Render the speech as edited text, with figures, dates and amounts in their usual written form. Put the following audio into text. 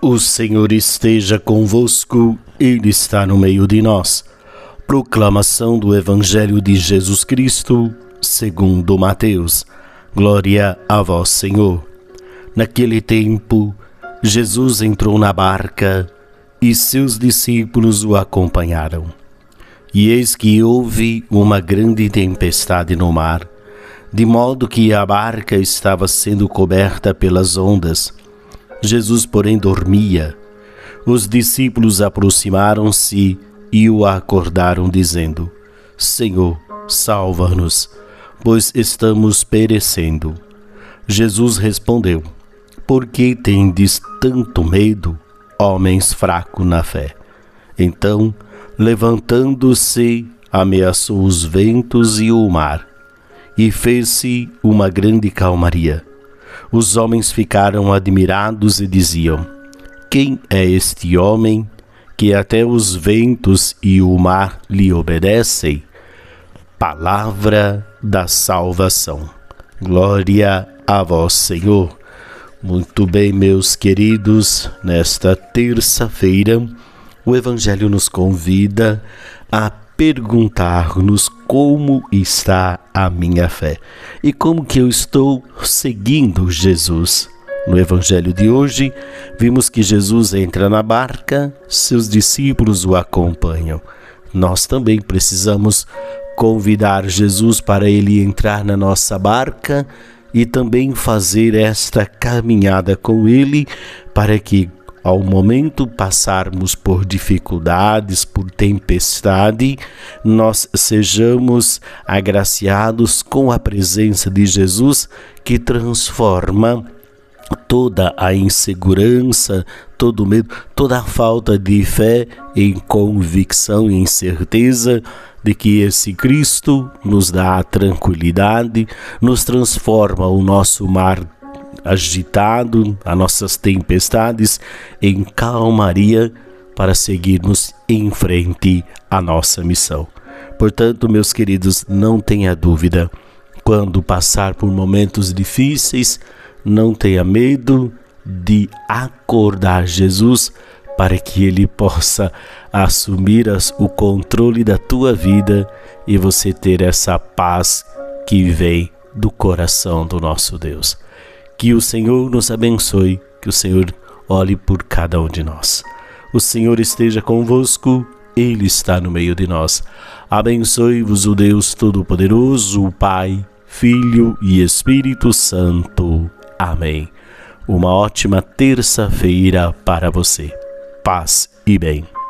O Senhor esteja convosco, Ele está no meio de nós. Proclamação do Evangelho de Jesus Cristo, segundo Mateus. Glória a vós, Senhor. Naquele tempo, Jesus entrou na barca e seus discípulos o acompanharam. E eis que houve uma grande tempestade no mar, de modo que a barca estava sendo coberta pelas ondas. Jesus, porém, dormia. Os discípulos aproximaram-se e o acordaram, dizendo: Senhor, salva-nos, pois estamos perecendo. Jesus respondeu: Por que tendes tanto medo, homens fracos na fé? Então, levantando-se, ameaçou os ventos e o mar, e fez-se uma grande calmaria. Os homens ficaram admirados e diziam: Quem é este homem que até os ventos e o mar lhe obedecem? Palavra da salvação. Glória a vós, Senhor. Muito bem, meus queridos, nesta terça-feira, o Evangelho nos convida a perguntar-nos como está a minha fé e como que eu estou seguindo Jesus. No Evangelho de hoje, vimos que Jesus entra na barca, seus discípulos o acompanham. Nós também precisamos convidar Jesus para ele entrar na nossa barca e também fazer esta caminhada com ele, para que ao momento passarmos por dificuldades, por tempestade, nós sejamos agraciados com a presença de Jesus, que transforma toda a insegurança, todo o medo, toda a falta de fé em convicção e em certeza de que esse Cristo nos dá a tranquilidade, nos transforma o nosso mar agitado, as nossas tempestades, em calmaria para seguirmos em frente à nossa missão. Portanto, meus queridos, não tenha dúvida, quando passar por momentos difíceis, não tenha medo de acordar Jesus para que Ele possa assumir o controle da tua vida e você ter essa paz que vem do coração do nosso Deus. Que o Senhor nos abençoe, que o Senhor olhe por cada um de nós. O Senhor esteja convosco, Ele está no meio de nós. Abençoe-vos o Deus Todo-Poderoso, o Pai, Filho e Espírito Santo. Amém. Uma ótima terça-feira para você. Paz e bem.